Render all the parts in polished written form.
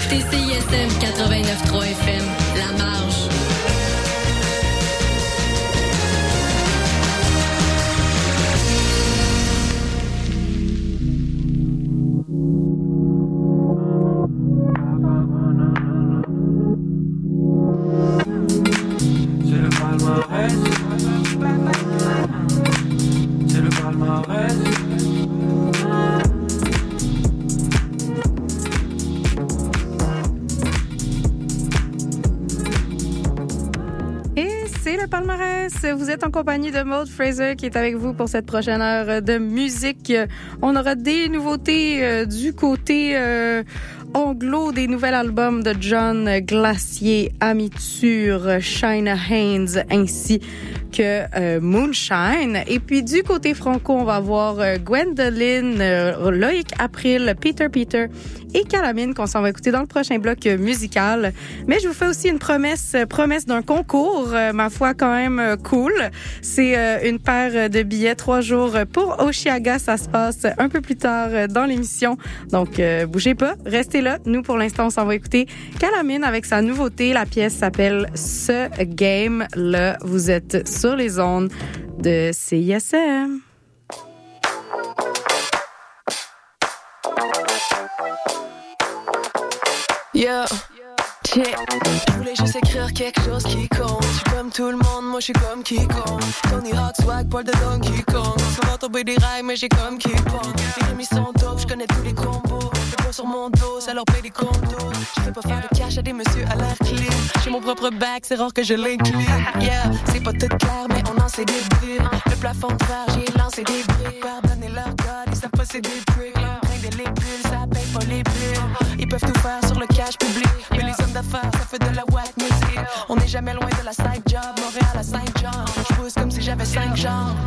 écoutez CISM 89.3 FM, La Marge. Vous êtes en compagnie de Maud Fraser qui est avec vous pour cette prochaine heure de musique. On aura des nouveautés du côté anglo, des nouveaux albums de John Glacier, Amiture, Shina Haynes ainsi que Moonshine. Et puis du côté franco, on va avoir Gwendoline, Loïc April, Peter et Calamine qu'on s'en va écouter dans le prochain bloc musical. Mais je vous fais aussi une promesse d'un concours, ma foi quand même cool. C'est une paire de billets 3 jours pour Oshiaga. Ça se passe un peu plus tard dans l'émission. Donc bougez pas, restez là. Nous pour l'instant, on s'en va écouter Calamine avec sa nouveauté. La pièce s'appelle Ce Game. Là, vous êtes sur les ondes de CISM. Yo, check. Je voulais juste écrire quelque chose qui compte. Je suis comme tout le monde, moi je suis comme quiconque. Tony Hawk, swag, poil de Donkey Kong. Ça va tomber des rails, mais j'ai comme qui pong. Les remis sont dope, je connais tous les combos. Le poids sur mon dos, ça leur paye des condos. Je fais pas faire de cash à des messieurs à l'air clean. J'ai mon propre bac, c'est rare que je l'incline. Yeah, c'est pas tout clair, mais on en sait des bulles. Le plafond de verre, j'ai lancé des briques. Pardonnez leur code, ils savent pas c'est des bricks. Des bulles, ça paye pas les bulles. Ils peuvent tout faire sur le cash public. Mais les hommes d'affaires, ça fait de la whack music. On n'est jamais loin de la side job. Montréal à Saint-Jean. Je pousse comme si j'avais 5 genres.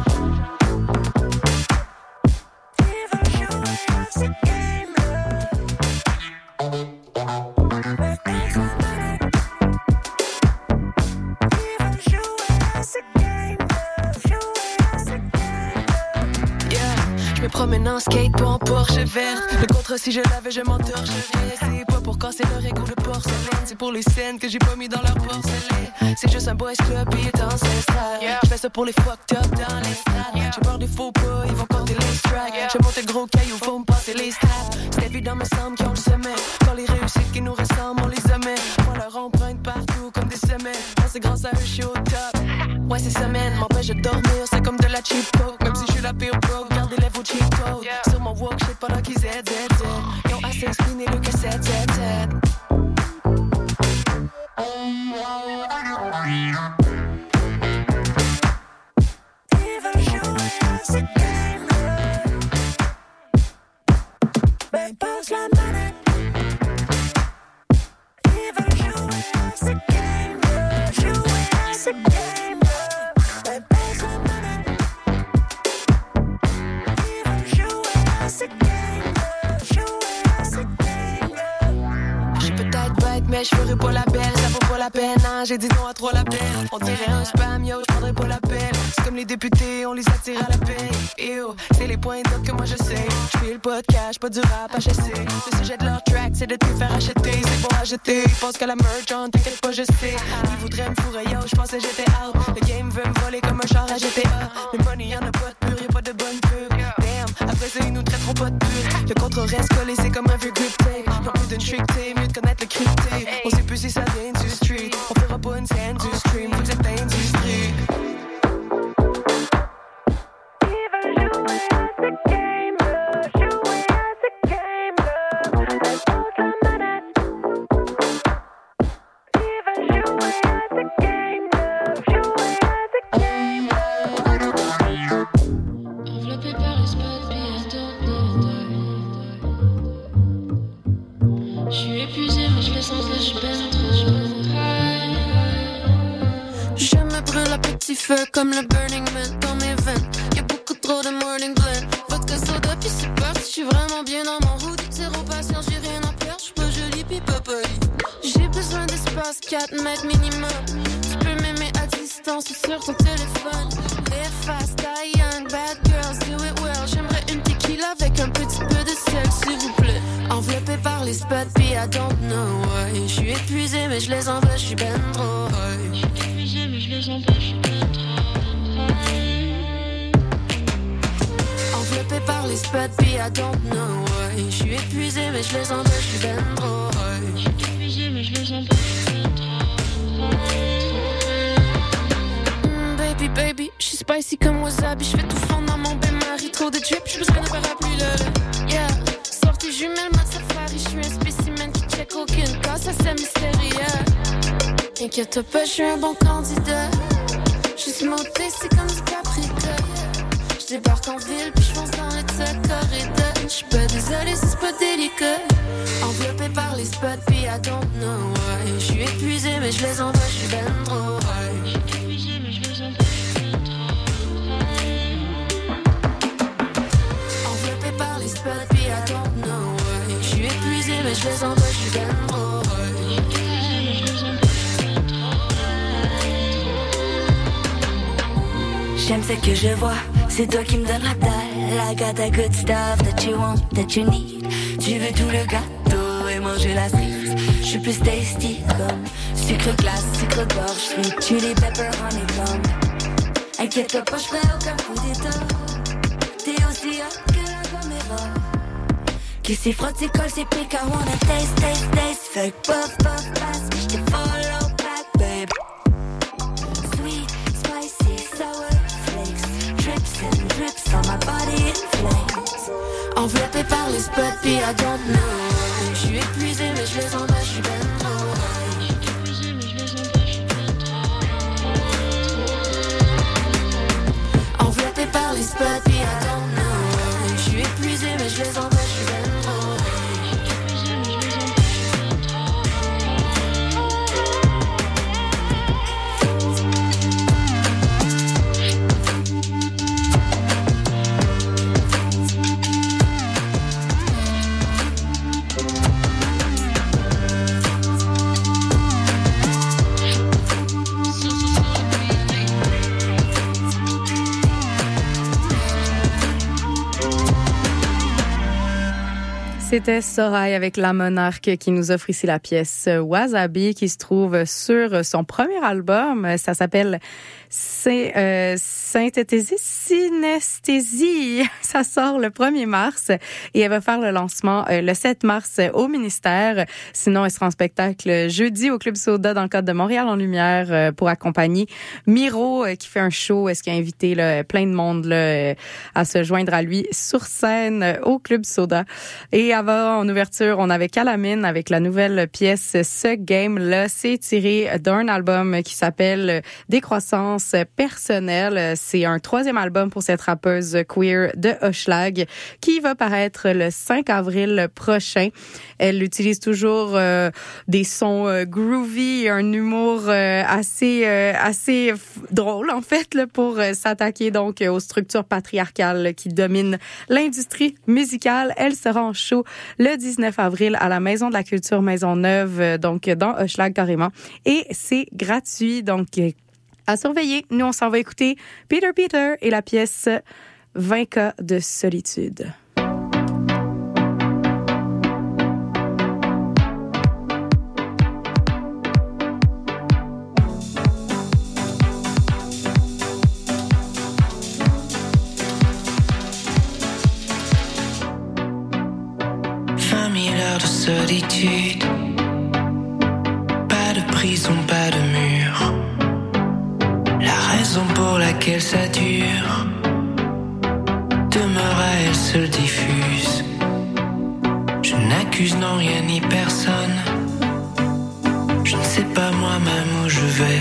Je me promène en skate, pas en Porsche verte. Le contre, si je l'avais, je m'entorcherais. C'est pas pour casser leur égo de porcelaine. C'est pour les scènes que j'ai pas mis dans leur porcelaine. C'est juste un boys club, il est ancestral. Je fais ça pour les fucked up dans les stades. J'ai peur des faux pas, ils vont compter les strikes. Je monte le gros caillou, faut me passer les stats. C'est évident, me semble qu'ils ont le sommet. Quand les réussites qui nous ressemblent, on les omet. On leur emprunte partout comme des semelles. C'est grâce à eux, je suis au top. Ouais, ces semaines m'empêchent de dormir, c'est comme de la cheap coke. Même si je suis la pire broke, gardez les vos cheap codes. Sur mon walk, shit pendant qu'ils aident. Ils ont assez expliné le cassette, Ils veulent jouer à ce game. Ben, passe la manette. Ils veulent jouer à ce game. Jouer à ce game. Ben, passe la manette. Ils veulent jouer à ce game. Jouer à ce game. J'suis peut-être bête, mais j'ferai pas la belle. Ça vaut pas la peine, hein, j'ai dit non à 3 l'appel. On dirait un spam, yo, j'prendrai pas l'appel. C'est comme les députés, on les attire à la paix. Yo, c'est les points d'op que moi je sais. J'file pas de cash, pas du rap HSC. Le sujet de leur track, c'est de te faire acheter. C'est bon à jeter, ils pensent qu'à la merch, on t'inquiète pas, je sais. Ils voudraient me fourrer, yo, j'pensais j'étais out. Le game veut me voler comme un char à GTA. Le money, y'en a pas de pur, y'a pas de bonne pub. Damn, après ça, ils nous traiteront pas de pur. Le contre reste collé, c'est comme un vieux grip tape. Y'en plus d'une trick tape, mieux de connaître le crypté. On sait plus si ça vient du street. On fera pas une scène du stream, toute cette industrie. Feu comme le Burning Man dans mes veines. Y'a beaucoup trop de morning blend. Vodka soda puis c'est parti. J'suis vraiment bien dans mon hoodie. Zéro patience, j'ai rien à perdre. J'suis pas jolie puis pas poli. J'ai besoin d'espace, 4 mètres minimum. Tu peux m'aimer à distance ou sur ton téléphone. Live fast, die young, bad girls, do it well. J'aimerais une tequila avec un petit peu de sel, s'il vous plaît. Enveloppé par les spots, puis I don't know why. Je suis épuisé, mais je les envoie, je suis ben trop high. Je suis épuisé, mais je les envoie, je suis ben trop high. Enveloppé par les spots, puis I don't know why. Je suis épuisé, mais je les envoie, je suis ben trop high. Je suis épuisé, mais je les envoie, je suis ben trop high. Baby, baby, je suis spicy comme wasabi. Je fais tout fondre dans mon bain-marie. Trop de drip, j'ai besoin d'un parapluie, là. Yeah. Sortie jumelle, mode safari. Je suis un spécimen qui check aucune casse, ça c'est mystérieux. T'inquiète pas, je suis un bon candidat. Je suis monté, c'est comme du paprika. Je débarque en ville, puis je fonce dans le corridor. Je suis pas désolée, c'est pas délicat. Enveloppé par les spots, puis I don't know why. Je suis épuisé, mais je les envoie, je suis ben trop high. Je suis épuisé, mais je les envoie, je suis ben trop high. Enveloppé par les spots, puis I don't know why. Je suis épuisé, mais je les envoie, je suis ben trop high. J'aime ce que je vois, c'est toi qui me donne la dalle. I got that good stuff that you want, that you need. Tu veux tout le gâteau et manger la cerise. Je suis plus tasty comme sucre glace, sucre gorge, sweet chili pepper honeycomb. Inquiète-toi pas, je ferai aucun coup d'état. T'es aussi hot que la caméra. Que c'est frotte, c'est colle, c'est pique. I wanna taste, taste, taste. Fait que puff, puff, pass, mais j'te follow back, babe. Sweet, spicy, sour flakes. Drips and drips on my body in flames. Enveloppé par les spots, puis I don't know. Je suis épuisé, mais je les envoie, je suis ben trop high. Je suis épuisé, mais je les envoie, je suis ben trop high. Enveloppé par les spots, puis I don't know. Je suis épuisé, mais je les envoie, je suis ben trop high. Je suis épuisé, mais je les envoie, je suis ben trop C'était Sorail avec La Monarque qui nous offre ici la pièce Wasabi qui se trouve sur son premier album. Ça s'appelle Synesthésie. Ça sort le 1er mars et elle va faire le lancement le 7 mars au ministère. Sinon, elle sera en spectacle jeudi au Club Soda dans le cadre de Montréal en Lumière pour accompagner Miro qui fait un show. Est-ce qu'il a invité là, plein de monde là, à se joindre à lui sur scène au Club Soda. Et avant, en ouverture, on avait Calamine avec la nouvelle pièce Ce Game-là. C'est tiré d'un album qui s'appelle Décroissance personnelle. C'est un 3e album pour cette rappeuse queer de Hochelag qui va paraître le 5 avril prochain. Elle utilise toujours des sons groovy et un humour assez drôle en fait là, pour s'attaquer donc aux structures patriarcales qui dominent l'industrie musicale. Elle sera en show le 19 avril à la Maison de la Culture Maisonneuve, donc dans Hochelag carrément. Et c'est gratuit, donc à surveiller. Nous, on s'en va écouter Peter Peter et la pièce 20 cas de solitude. Solitude, pas de prison, pas de mur. La raison pour laquelle ça dure demeure à elle seule diffuse. Je n'accuse non rien ni personne. Je ne sais pas moi-même où je vais.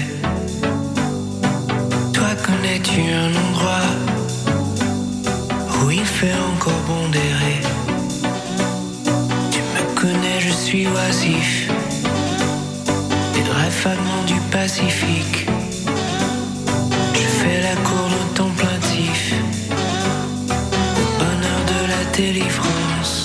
Toi, connais-tu un endroit où il fait encore bon d'errer? Je suis oisif, des rêves vaguement du Pacifique. Je fais la cour de ton plaintif, au bonheur de la délivrance.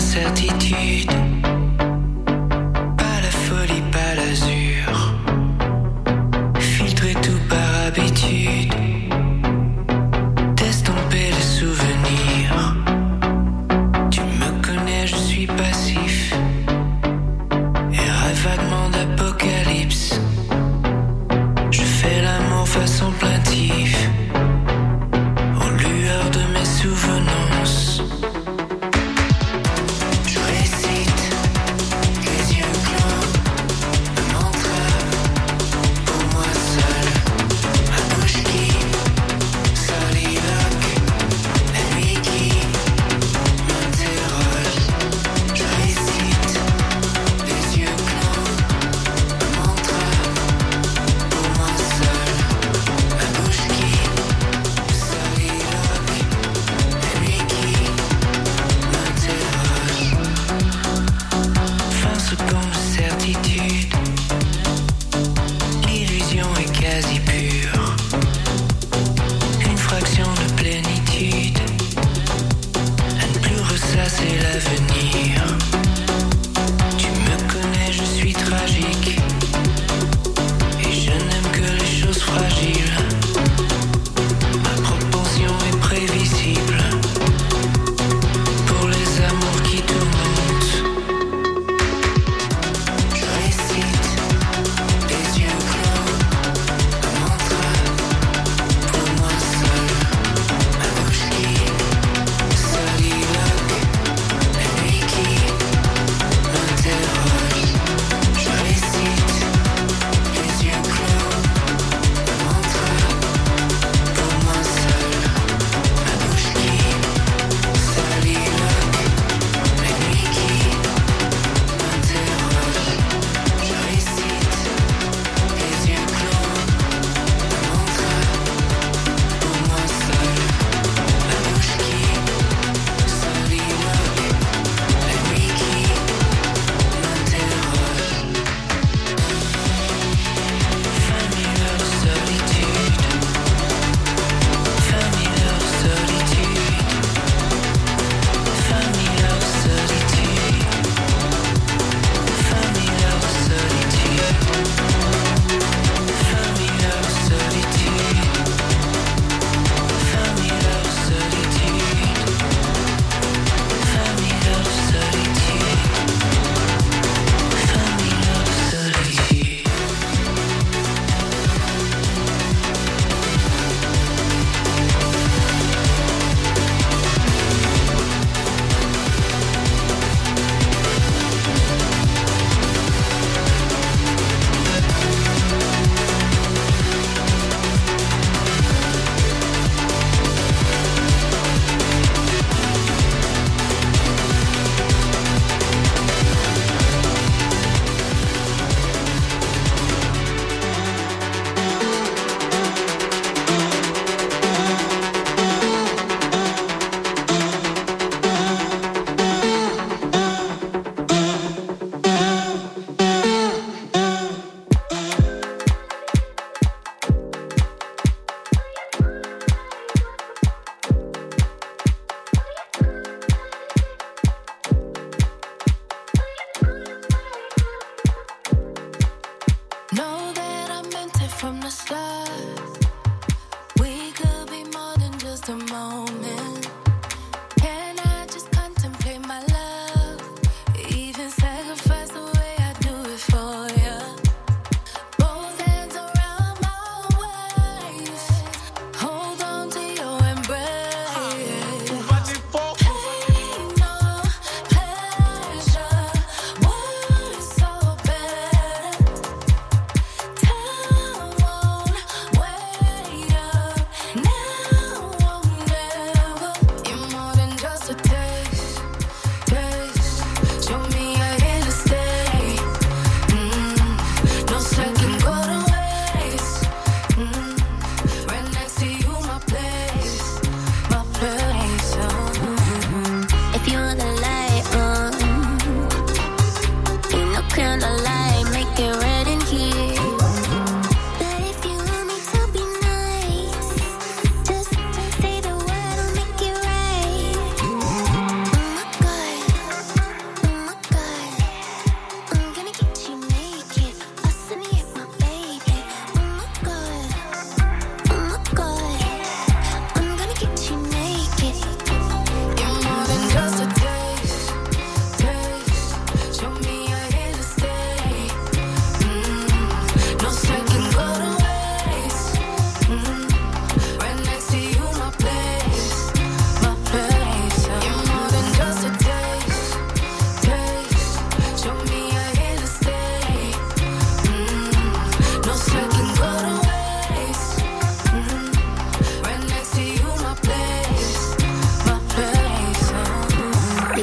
l'incertitude. Pas la folie, pas l'azur. Filtrer tout par habitude. D'estomper les souvenirs. Tu me connais, je suis passif. Et rêve vaguement d'apocalypse. Je fais l'amour façon plaintif. Aux lueurs de mes souvenances. Je récite, les yeux clos, un mantra pour moi seul. Ma bouche qui soliloque, la nuit qui m'interroge. Je récite, les yeux clos, un mantra pour moi seul. Ma bouche qui soliloque, la nuit qui m'interroge.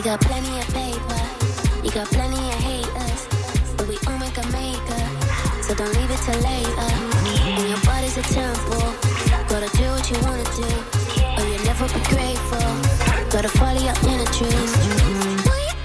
got plenty of paper, you got plenty of haters, but we all make a maker, so don't leave it till later. And your body's a temple, gotta do what you wanna do, or you'll never be grateful. Gotta follow your inner dreams.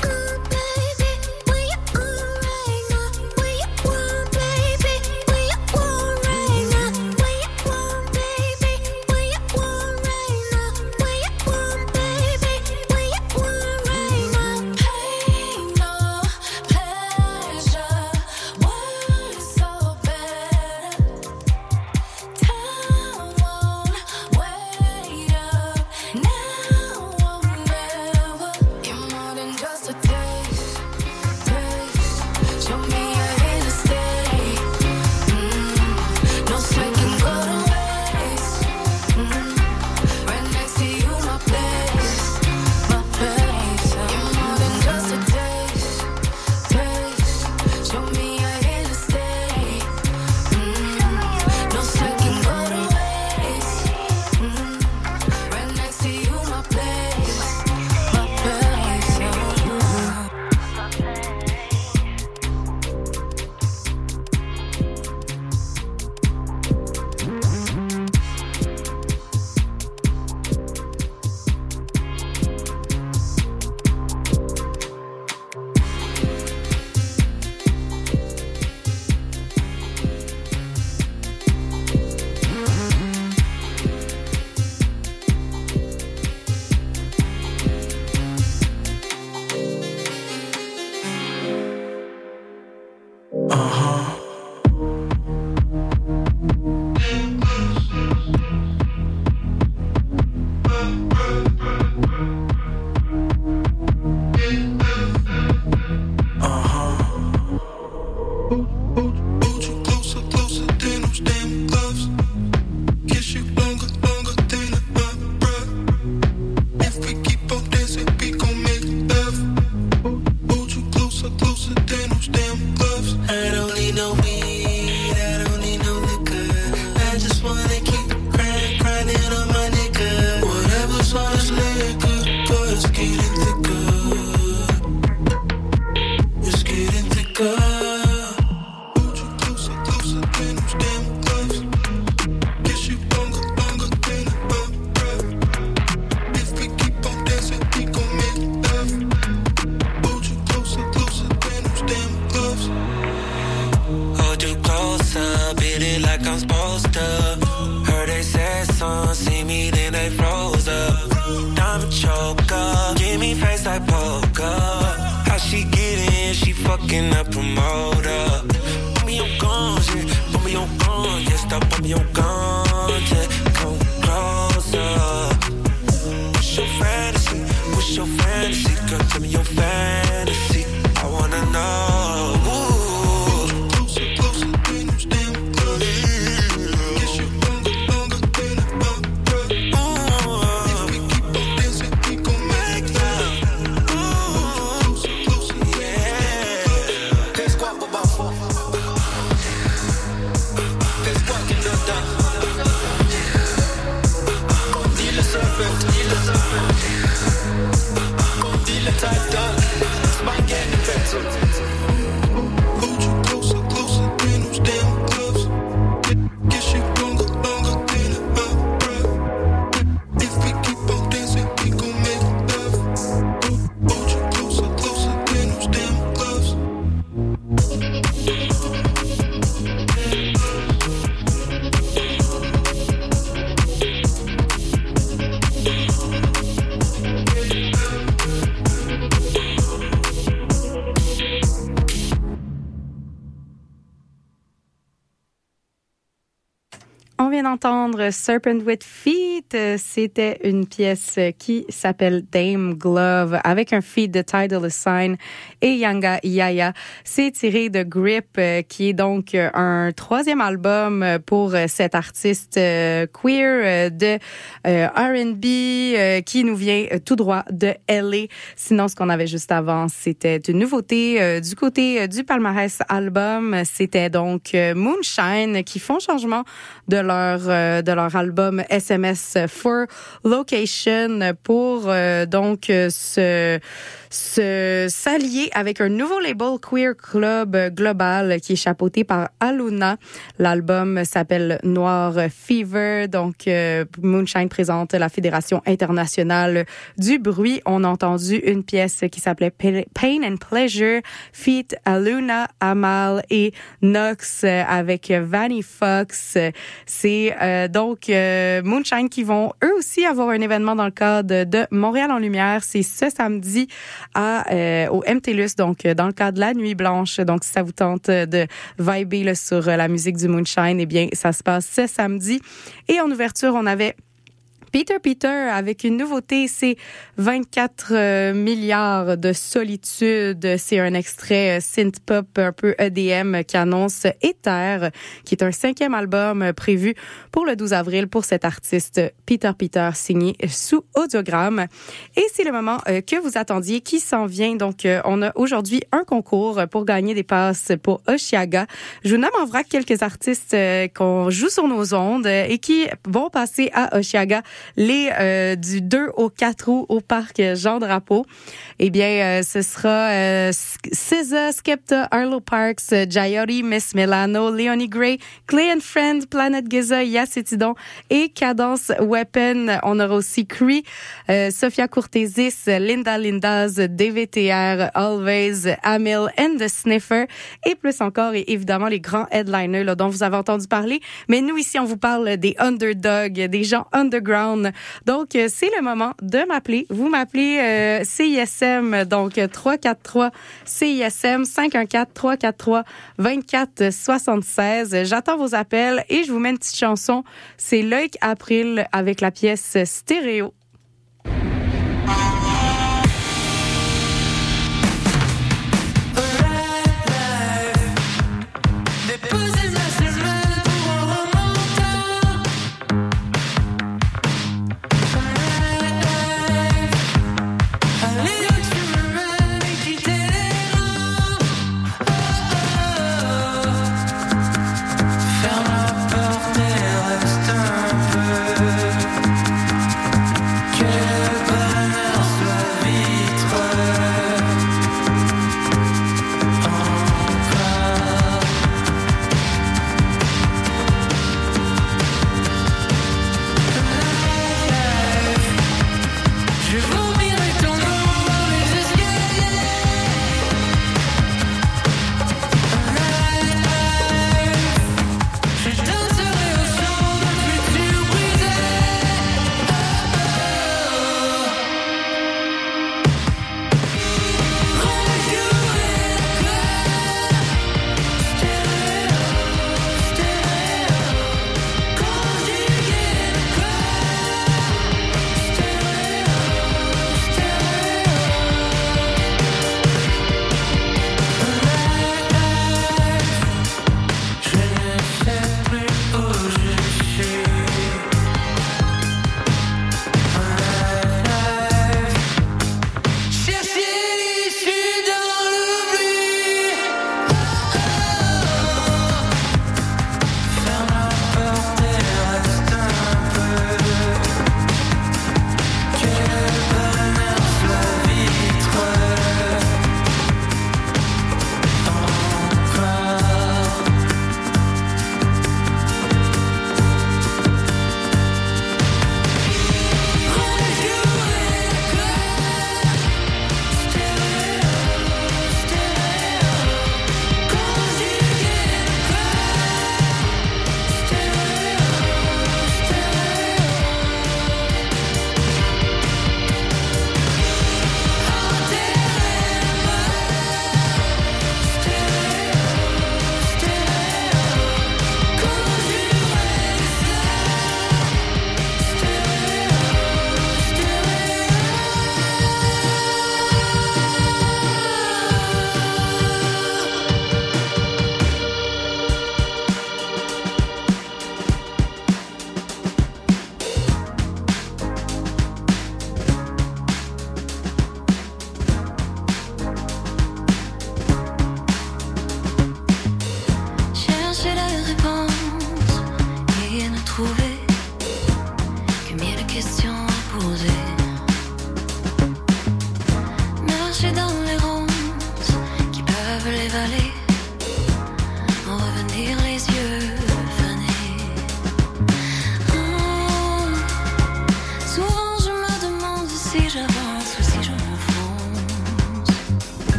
On vient d'entendre Serpent with Feet. C'était une pièce qui s'appelle Dame Glove avec un feat de Tidal Sign et Yanga Yaya. C'est tiré de Grip, qui est donc un troisième album pour cet artiste queer de R&B qui nous vient tout droit de LA. Sinon, ce qu'on avait juste avant, c'était une nouveauté du côté du palmarès album. C'était donc Moonshine qui font changement de leur album SMS for Location pour donc s'allier avec un nouveau label Queer Club Global qui est chapeauté par Aluna. L'album s'appelle Noir Fever. Donc, Moonshine présente la Fédération internationale du bruit. On a entendu une pièce qui s'appelait Pain and Pleasure, feat. Aluna, Amal et Nox avec Vanny Fox. C'est donc Moonshine qui vont eux aussi avoir un événement dans le cadre de Montréal en Lumière. C'est ce samedi au MTLUS, donc dans le cadre de la Nuit Blanche. Donc si ça vous tente de vibrer là, sur la musique du Moonshine, eh bien ça se passe ce samedi. Et en ouverture, on avait Peter avec une nouveauté, c'est 24 milliards de solitude. C'est un extrait synth-pop un peu EDM qui annonce Ether, qui est un 5e album prévu pour le 12 avril pour cet artiste Peter signé sous audiogramme. Et c'est le moment que vous attendiez qui s'en vient. Donc, on a aujourd'hui un concours pour gagner des passes pour Osheaga. Je vous nomme en vrac quelques artistes qu'on joue sur nos ondes et qui vont passer à Osheaga du 2 au 4 août au parc Jean-Drapeau. Eh bien, ce sera SZA, Skepta, Arlo Parks, Jayori, Miss Milano, Leonie Gray, Clay and Friend, Planet Giza, Yacetidon et Cadence Weapon. On aura aussi Cree, Sophia Courtesis, Linda's, DVTR, Always, Amil and the Sniffer et plus encore, et évidemment les grands headliners là, dont vous avez entendu parler. Mais nous ici, on vous parle des underdogs, des gens underground. Donc, c'est le moment de m'appeler. Vous m'appelez CISM, donc 343 CISM 514-343-2476. J'attends vos appels et je vous mets une petite chanson. C'est Loïc April avec la pièce Stéréo.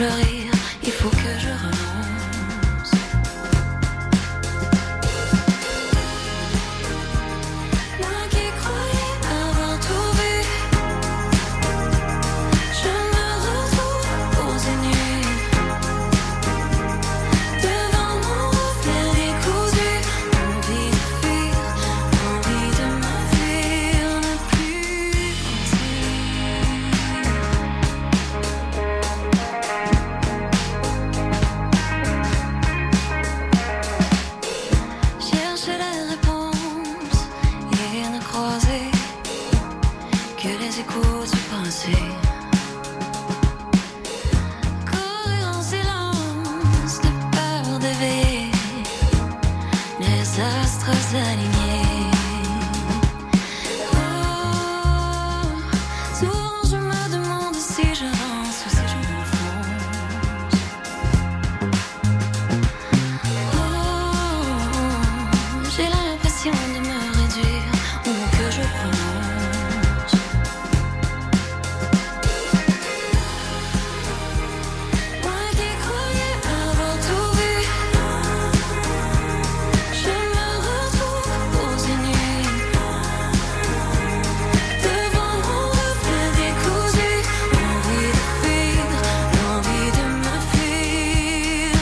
fleurir, il faut que je renonce. Moi qui croyais avoir tout vu, je me retrouve posée nue devant mon reflet décousu. Envie de fuir, envie de m'enfuir, ne plus chercher les réponses et ne croiser que les échos du passé. Courir en silence de peur d'éveiller les astres alignés. Oh, souvent je me demande si j'avance ou si je m'enfonce. Oh, j'ai l'impression de me réduire ou que je prononce. Moi qui croyais avoir tout vu, je me retrouve posée nue devant mon reflet décousu. Envie de fuir, envie de m'enfuir.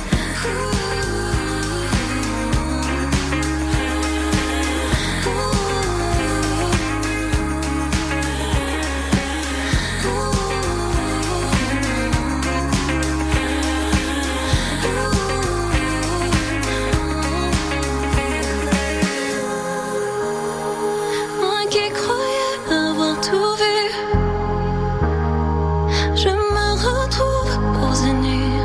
Moi qui croyais avoir tout vu, je me retrouve posée nue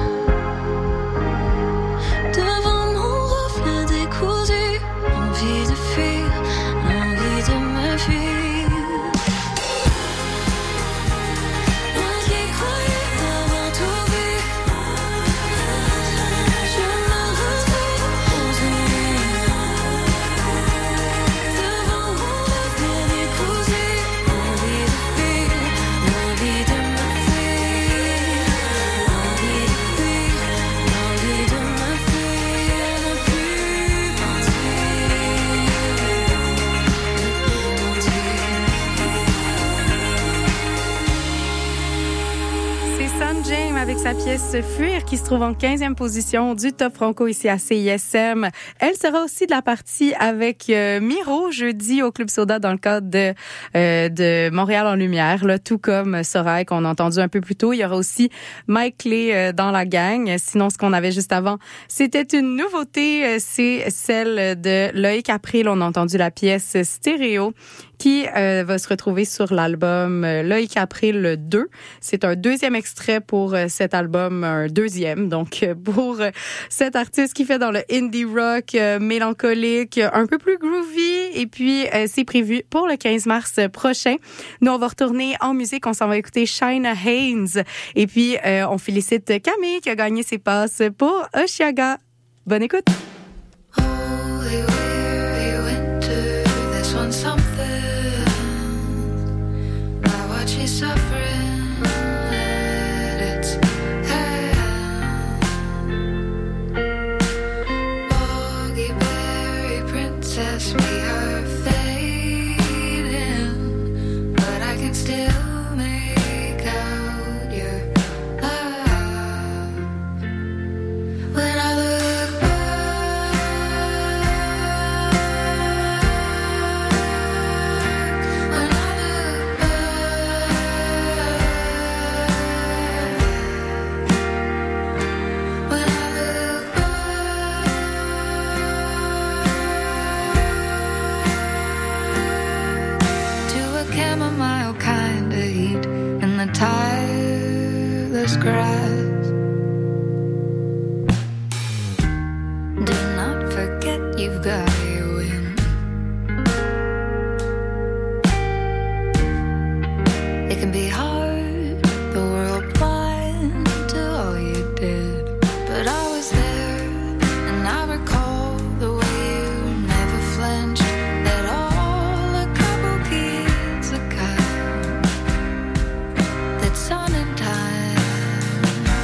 devant mon reflet décousu. Envie de fuir, envie de me fuir. Moi qui croyais avoir tout vu, je me retrouve posée nue devant mon reflet décousu. Envie de fuir, envie de me fuir. Envie de fuir, envie de me fuir. Ne plus C'est Sun James avec sa pièce Fuir qui se trouve en 15e position du Top Franco ici à CISM. Elle sera aussi de la partie avec Miro jeudi au Club Soda dans le cadre de Montréal en Lumière, là, tout comme Sorail qu'on a entendu un peu plus tôt. Il y aura aussi Mike Clay dans la gang. Sinon, ce qu'on avait juste avant, c'était une nouveauté, c'est celle de Loïc April. On a entendu la pièce Stéréo qui va se retrouver sur l'album Loïc April 2. C'est un deuxième extrait pour cet album, un deuxième, donc pour cet artiste qui fait dans le indie rock mélancolique, un peu plus groovy, et puis c'est prévu pour le 15 mars prochain. Nous, on va retourner en musique, on s'en va écouter Shina Haynes, et puis on félicite Camille qui a gagné ses passes pour Oshiaga. Bonne écoute! Holy weary winter, this one's something. I watch you suffering at its hand. Boggy berry princess, we are fading, but I can still make out your love. When I look back, when I look back, when I look back to a chamomile kind of heat in the tireless grass. Do not forget you've got your win. It can be hard, the world blind to all you did. But I was there, and I recall the way you never flinched. Let all the kabuki's a cut. That sun and time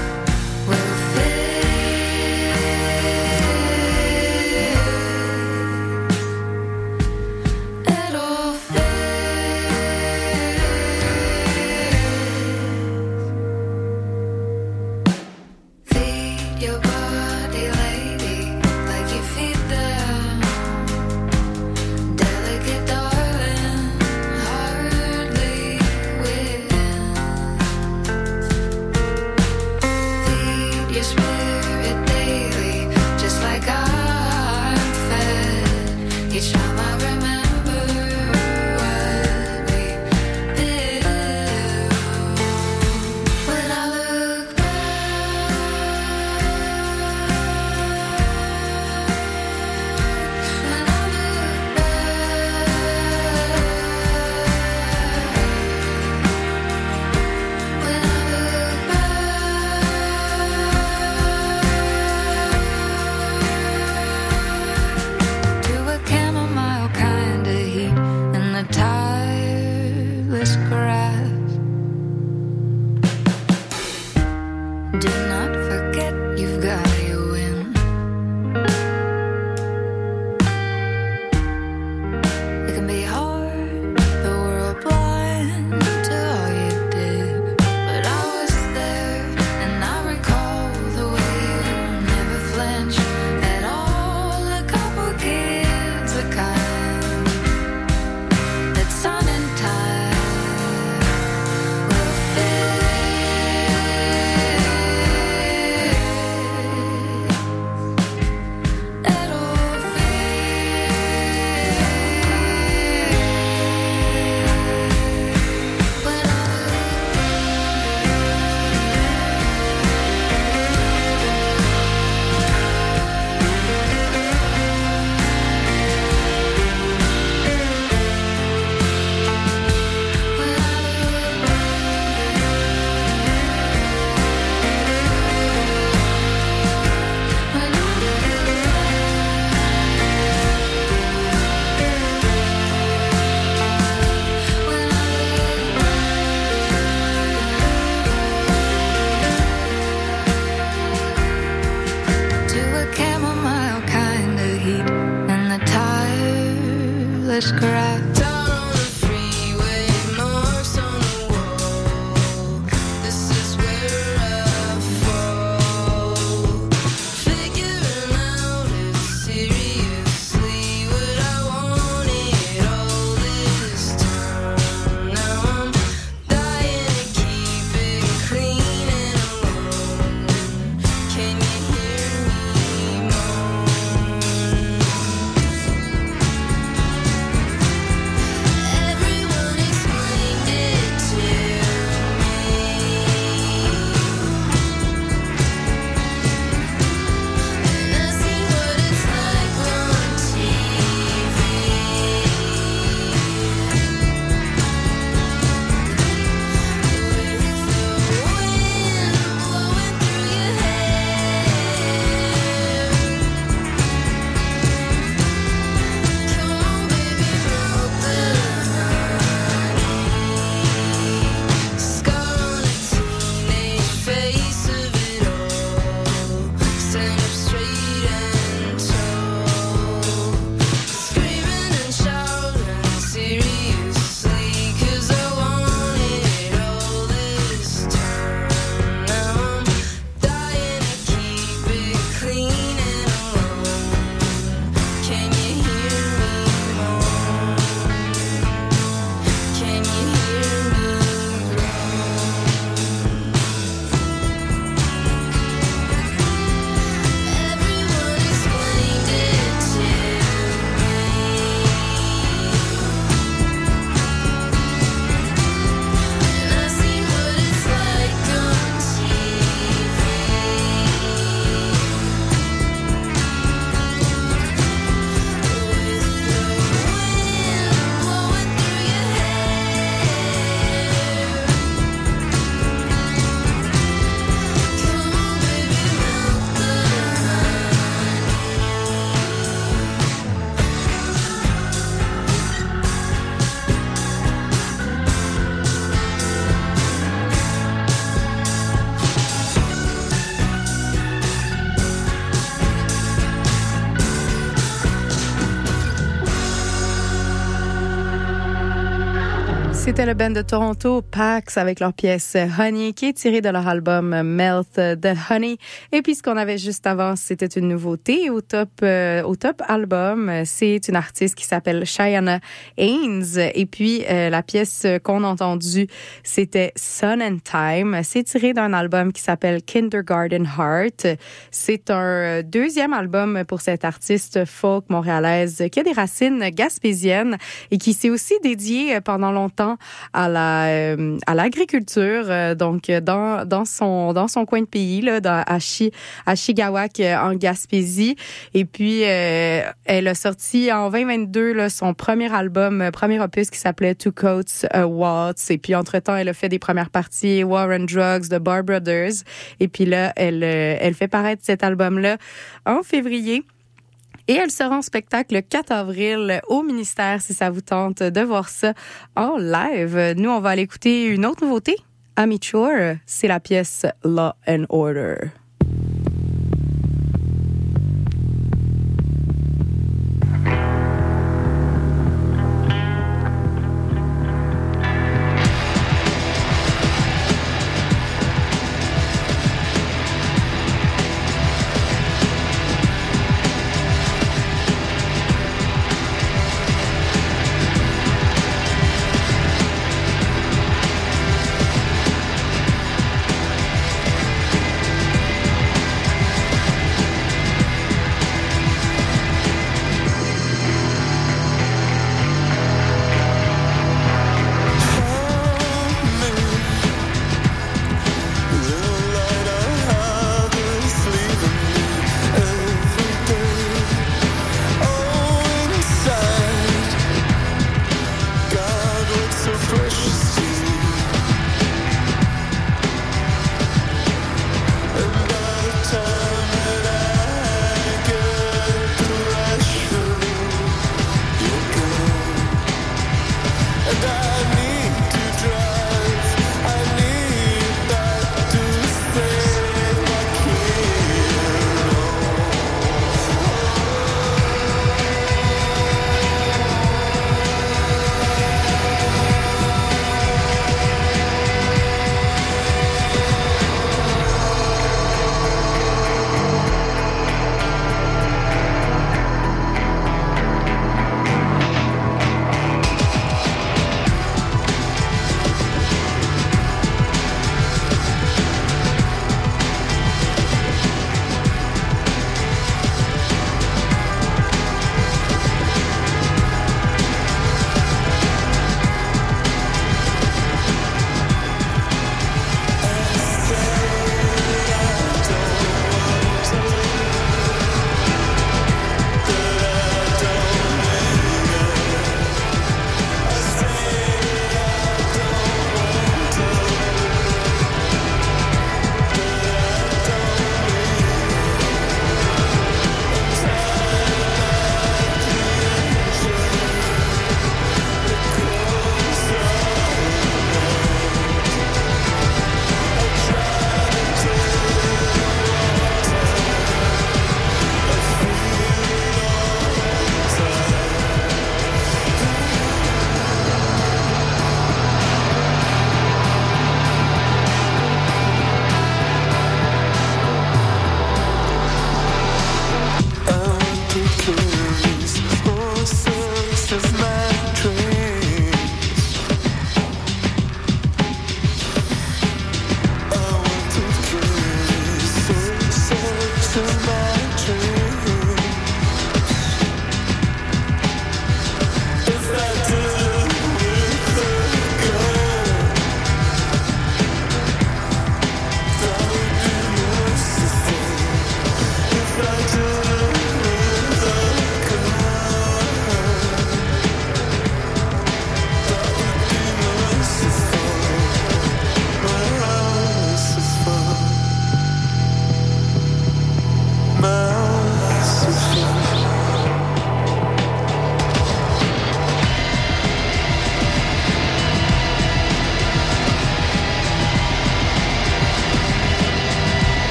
C'était le band de Toronto, Pax, avec leur pièce Honey, qui est tirée de leur album Melt the Honey. Et puis, ce qu'on avait juste avant, c'était une nouveauté au top album. C'est une artiste qui s'appelle Cheyenne Haynes. Et puis, la pièce qu'on a entendue, c'était Sun and Time. C'est tiré d'un album qui s'appelle Kindergarten Heart. C'est un deuxième album pour cette artiste folk montréalaise qui a des racines gaspésiennes et qui s'est aussi dédiée pendant longtemps à l'agriculture, donc dans son coin de pays là, à Chigawak en Gaspésie. Et puis elle a sorti en 2022 là, son premier opus qui s'appelait Two Coats Waltz. Et puis entre-temps, elle a fait des premières parties War and Drugs de Bar Brothers. Et puis là, elle fait paraître cet album-là en février. Et elle sera en spectacle le 4 avril au ministère, si ça vous tente de voir ça en live. Nous, on va aller écouter une autre nouveauté. Amateur, c'est la pièce Law and Order.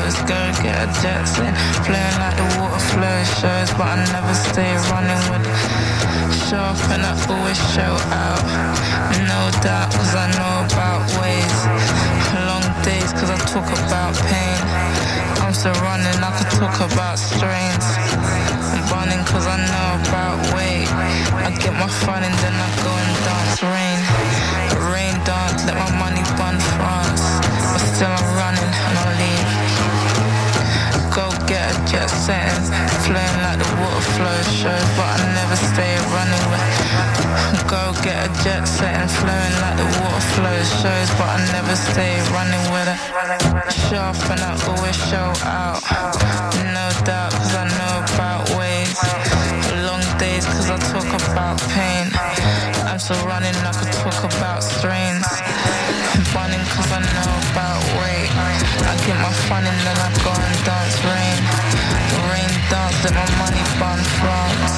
goes. Go get a jet set, flowing like the water flows. Shows, but I never stay running with it. Sharp and I always show out. No doubt, cause I know about ways. Long days, cause I talk about pain. I'm still running, I could talk about strains. I'm running cause I know about weight. I get my fun and then I go and dance. Rain dance, let my money bun France. But still I'm running and I'll leave. Go get a jet setting, flowing like the water flows. Shows, but I never stay running with. Go get a jet setting, flowing like the water flows. Shows, but I never stay running with it. Sharp and I always show out. No doubt, cause I know about ways. Long days, cause I talk about pain. I'm still running, I could talk about strains. I'm running cause I know about weight. I get my fun and then I go and dance. Rain dance, let my money bun France.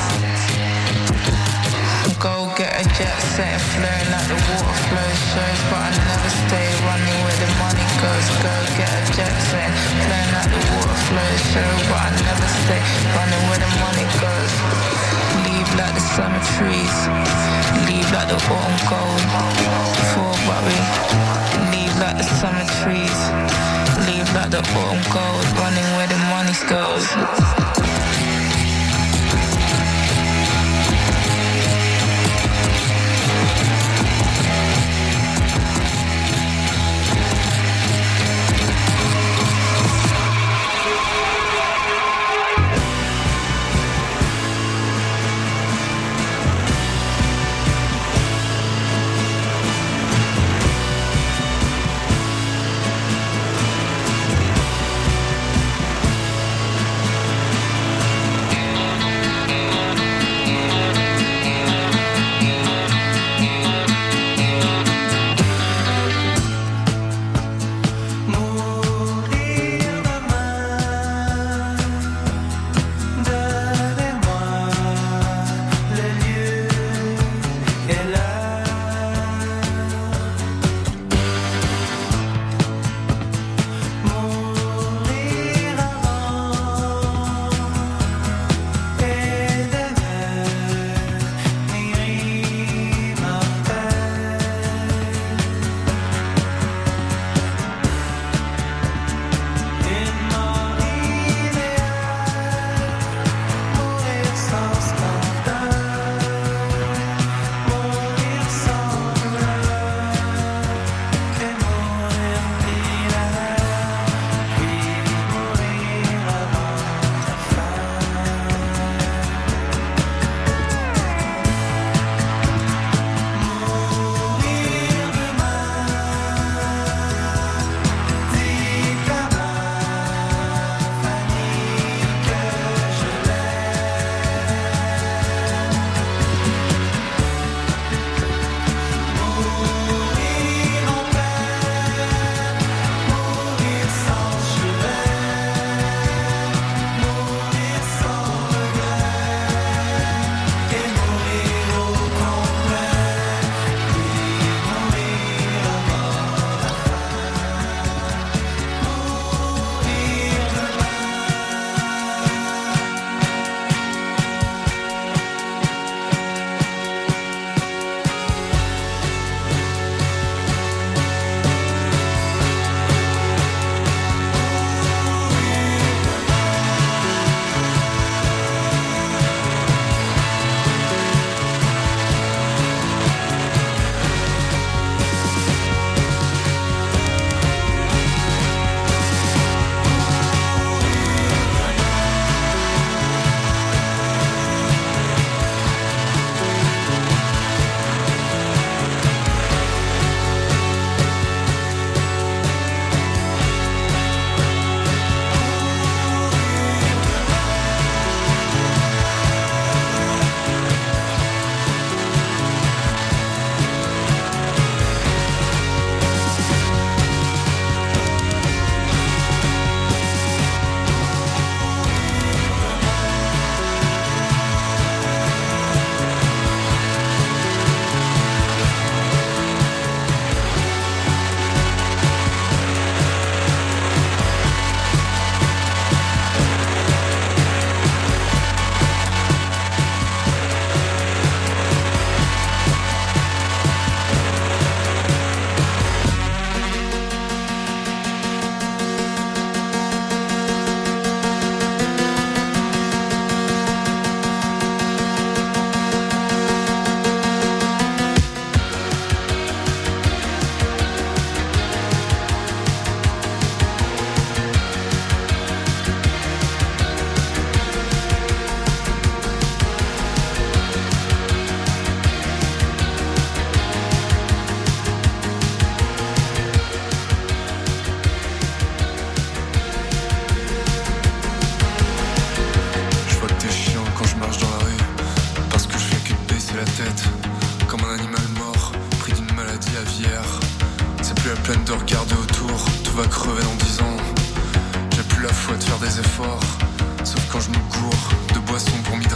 Go get a jet set, flowing like the water flows. Shows, but I never stay running where the money goes. Go get a jet set, flowing like the water flows. Shows, but I never stay running where the money goes. Leave like the summer trees, leave like the autumn gold. For worry, leave like the summer trees, leave like the autumn gold. Running where the money goes.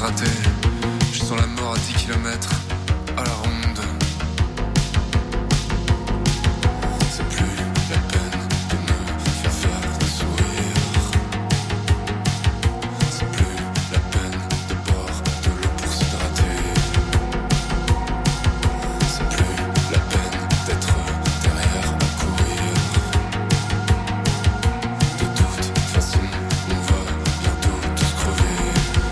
raté. Je sens la mort à 10 km à la ronde. C'est plus la peine de me faire sourire. C'est plus la peine de boire de l'eau pour s'hydrater. C'est plus la peine d'être derrière à courir. De toute façon, on va bientôt tous crever.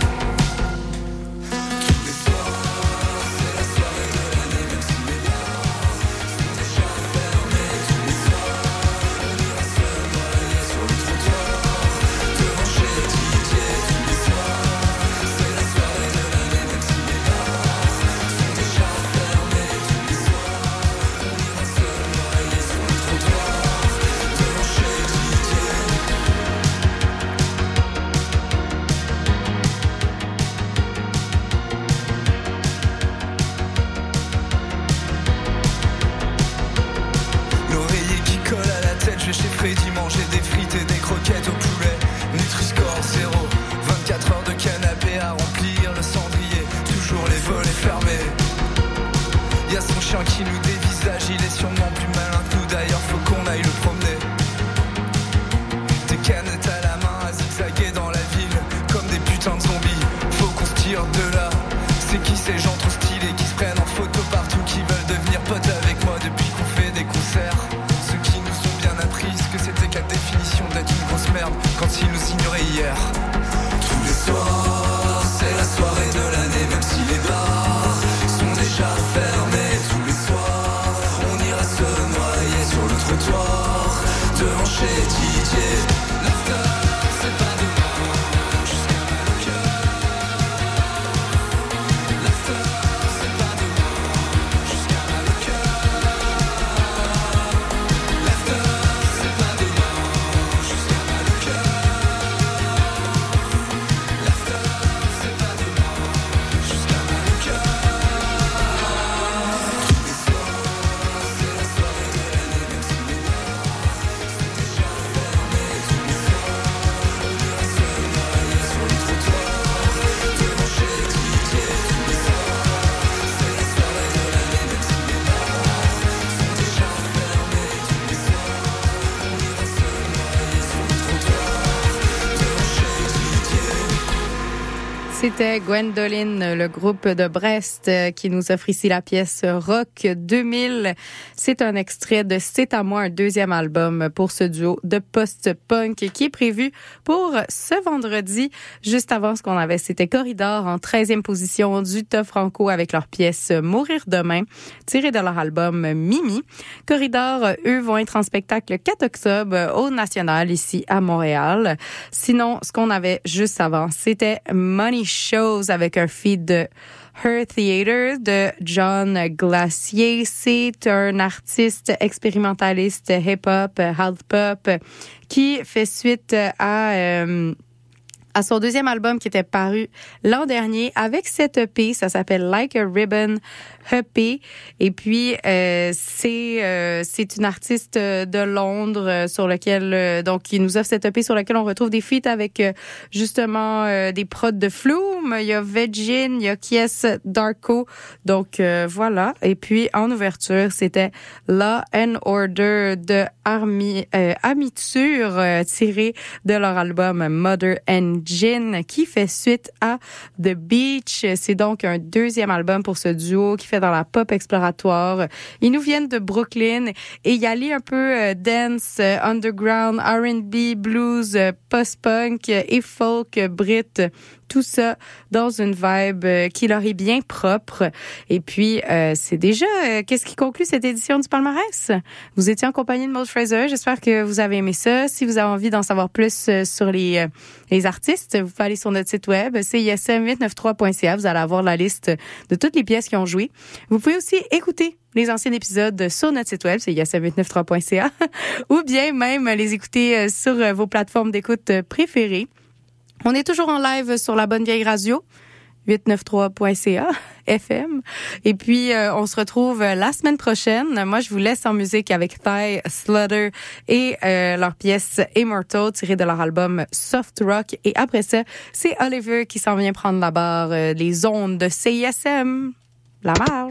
Tous les soirs, c'est la soirée de l'année, même si les bars sont déjà fermés. Tous les soirs, on ira se noyer sur le trottoir devant chez Didier. Tous les soirs, c'est la soirée de l'année, même si les bars sont déjà fermés. Tous les soirs, on ira se noyer sur le trottoir devant chez Didier. L'oreiller qui colle à la tête, je vais chez Freddy manger des frites et des croquettes au poulet. Nutri-score 0, 24 heures de canapé à remplir le cendrier, toujours les volets fermés. Y'a son chien qui nous dévisage, il est sûrement plus malin que nous d'ailleurs, faut qu'on aille le promener. Des canettes à la main à zigzaguer dans la ville, comme des putains de zombies, faut qu'on se tire de là. C'est qui ces gens trop stylés qui se prennent en photo partout, qui veulent devenir potes avec moi depuis qu'on fait des concerts. Ceux qui nous ont bien appris ce que c'était qu'à définition d'être une grosse merde quand ils nous ignoraient hier. Tous les soirs, c'est la soirée de l'année, même si les bars sont déjà fermés. Tous les soirs, on ira se noyer sur le trottoir devant chez Didier. L'after, c'est pas demain, jusqu'à mal au cœur. L'after, c'est pas demain, jusqu'à mal au cœur. L'after, c'est pas demain, jusqu'à mal au cœur. L'after, c'est pas demain, jusqu'à mal au cœur. Tous les soirs, c'est la soirée de l'année, même si les bars sont déjà fermés. Tous les soirs, on ira se noyer sur le trottoir devant chez Didier. Tous les soirs, c'est la soirée de l'année, même si les bars sont déjà fermés. Tous les soirs, on ira se noyer sur le trottoir devant chez Didier. C'était Gwendoline, le groupe de Brest, qui nous offre ici la pièce Rock 2000. C'est un extrait de C'est à moi, un deuxième album pour ce duo de post-punk qui est prévu pour ce vendredi. Juste avant ce qu'on avait, c'était Corridor en 13e position du Top Franco avec leur pièce Mourir demain, tirée de leur album Mimi. Corridor, eux, vont être en spectacle le 4 octobre au National ici à Montréal. Sinon, ce qu'on avait juste avant, c'était Money Shows avec un feed de Her Theater de John Glacier. C'est un artiste expérimentaliste hip-hop, hard-pop qui fait suite à son deuxième album qui était paru l'an dernier avec cette EP. Ça s'appelle Like a Ribbon EP. Et puis, c'est une artiste de Londres sur lequel, donc, il nous offre cette EP sur laquelle on retrouve des feats avec, justement, des prods de Flume. Il y a Vegin, il y a Kies Darko. Donc, voilà. Et puis, en ouverture, c'était Law and Order de Amiture, tiré de leur album Mother Engine, qui fait suite à The Beach. C'est donc un deuxième album pour ce duo qui fait dans la pop exploratoire. Ils nous viennent de Brooklyn et y aller un peu dance, underground, R&B, blues, post-punk et folk, brit. Tout ça dans une vibe qui leur est bien propre. Et puis, c'est déjà qu'est-ce qui conclut cette édition du palmarès. Vous étiez en compagnie de Maud Fraser. J'espère que vous avez aimé ça. Si vous avez envie d'en savoir plus sur les artistes, vous pouvez aller sur notre site web, c'est ism893.ca. Vous allez avoir la liste de toutes les pièces qui ont joué. Vous pouvez aussi écouter les anciens épisodes sur notre site web, c'est ism893.ca, ou bien même les écouter sur vos plateformes d'écoute préférées. On est toujours en live sur la bonne vieille radio, 893.ca FM. Et puis, on se retrouve la semaine prochaine. Moi, je vous laisse en musique avec Thigh Slaughter et leur pièce Immortal, tirée de leur album Soft Rock. Et après ça, c'est Oliver qui s'en vient prendre la barre les ondes de CISM. La marge.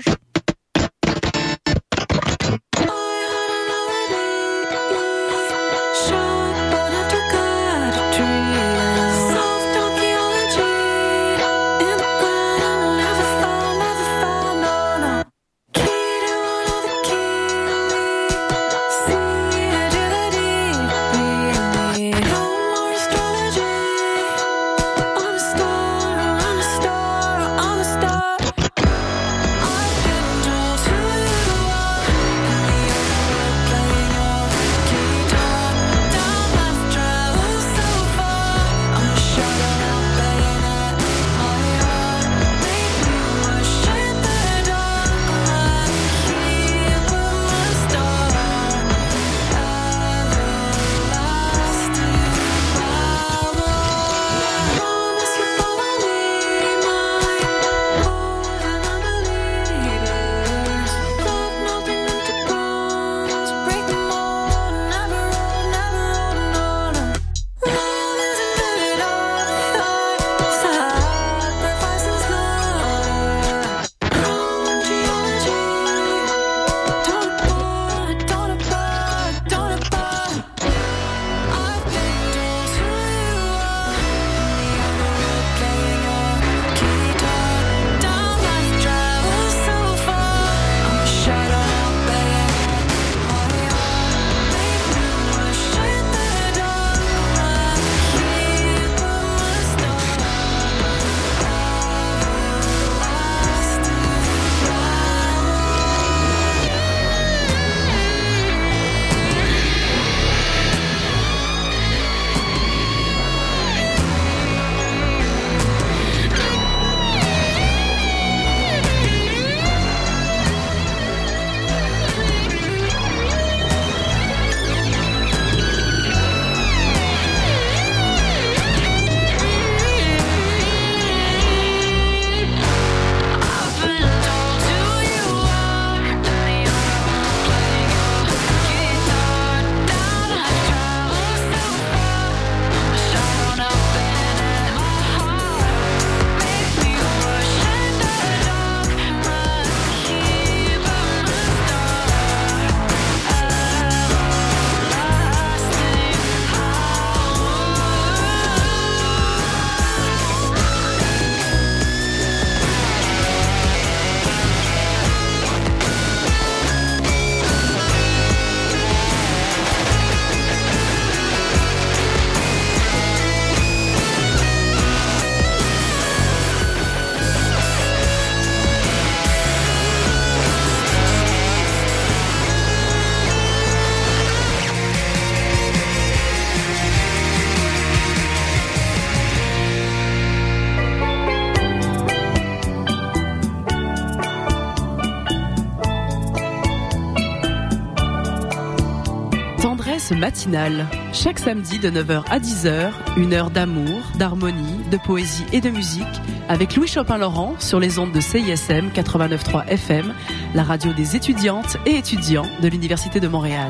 Matinale. Chaque samedi de 9h à 10h, une heure d'amour, d'harmonie, de poésie et de musique avec Louis Chopin-Laurent sur les ondes de CISM 89.3 FM, la radio des étudiantes et étudiants de l'Université de Montréal.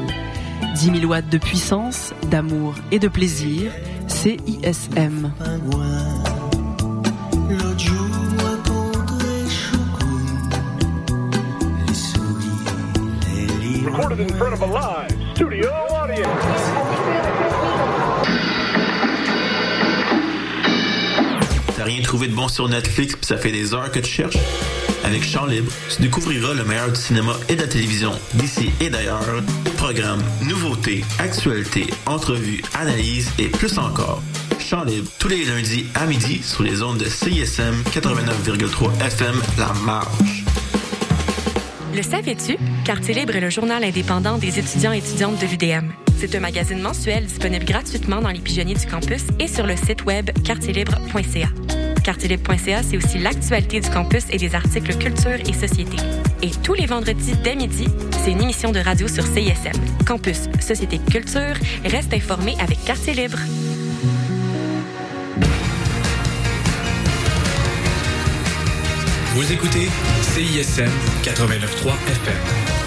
10 000 watts de puissance, d'amour et de plaisir, CISM. Recorded in front of a live studio audience. T'as rien trouvé de bon sur Netflix pis ça fait des heures que tu cherches? Avec Chant Libre, tu découvriras le meilleur du cinéma et de la télévision d'ici et d'ailleurs. Programmes, nouveautés, actualités, entrevues, analyses et plus encore. Chant Libre, tous les lundis à midi sur les ondes de CISM 89,3 FM La Marge. Le savais-tu? Quartier Libre est le journal indépendant des étudiants et étudiantes de l'UDM. C'est un magazine mensuel disponible gratuitement dans les pigeonniers du campus et sur le site web quartierlibre.ca. Quartierlibre.ca, c'est aussi l'actualité du campus et des articles culture et société. Et tous les vendredis dès midi, c'est une émission de radio sur CISM. Campus, société, culture, reste informé avec Quartier Libre. Vous écoutez CISM 89.3 FM.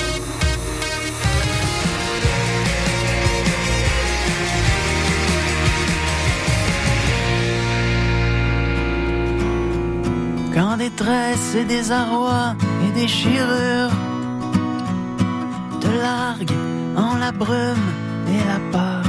Quand détresse et désarroi et déchirure te larguent en la brume et la peur.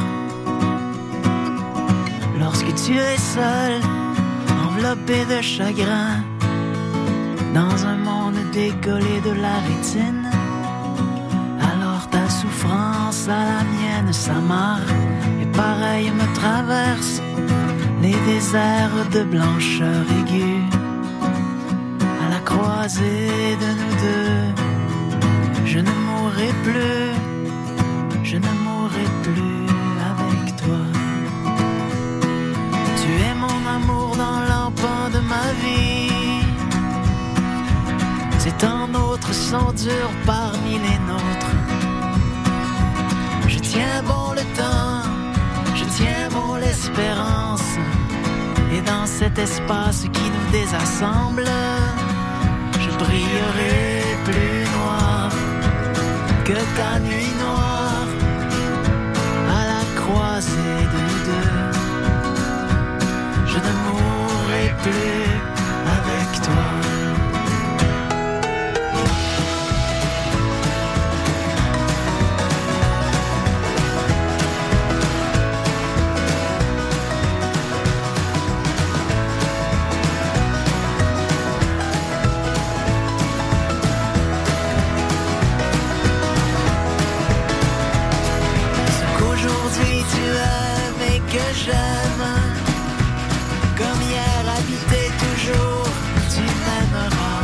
Lorsque tu es seul, enveloppé de chagrin, dans un monde décollé de la rétine, alors ta souffrance à la mienne s'amarre, et pareil me traverse les déserts de blancheur aiguë. À la croisée de nous deux, je ne mourrai plus, je ne mourrai plus avec toi. Tu es mon amour dans l'empan de ma vie. C'est tant d'autres sont durs parmi les nôtres. Je tiens bon le temps, je tiens bon l'espérance. Et dans cet espace qui nous désassemble, je brillerai plus noir que ta nuit noire. À la croisée de nous deux, je ne mourrai plus avec toi. Que j'aime, comme hier habité toujours, tu m'aimeras.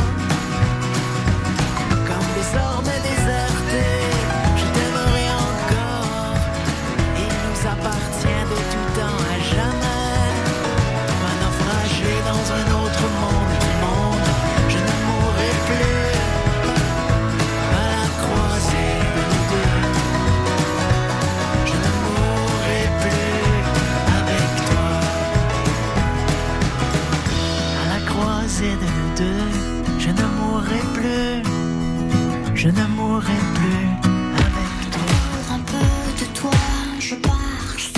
Comme désormais déserté, je t'aimerai encore. Il nous appartient de tout temps à jamais. Un naufragé dans un autre monde du monde, je ne mourrai plus. À la croisée de nous deux, je ne mourrai plus. De nous deux, je ne mourrai plus, je ne mourrai plus avec toi. Pour un peu de toi, je pars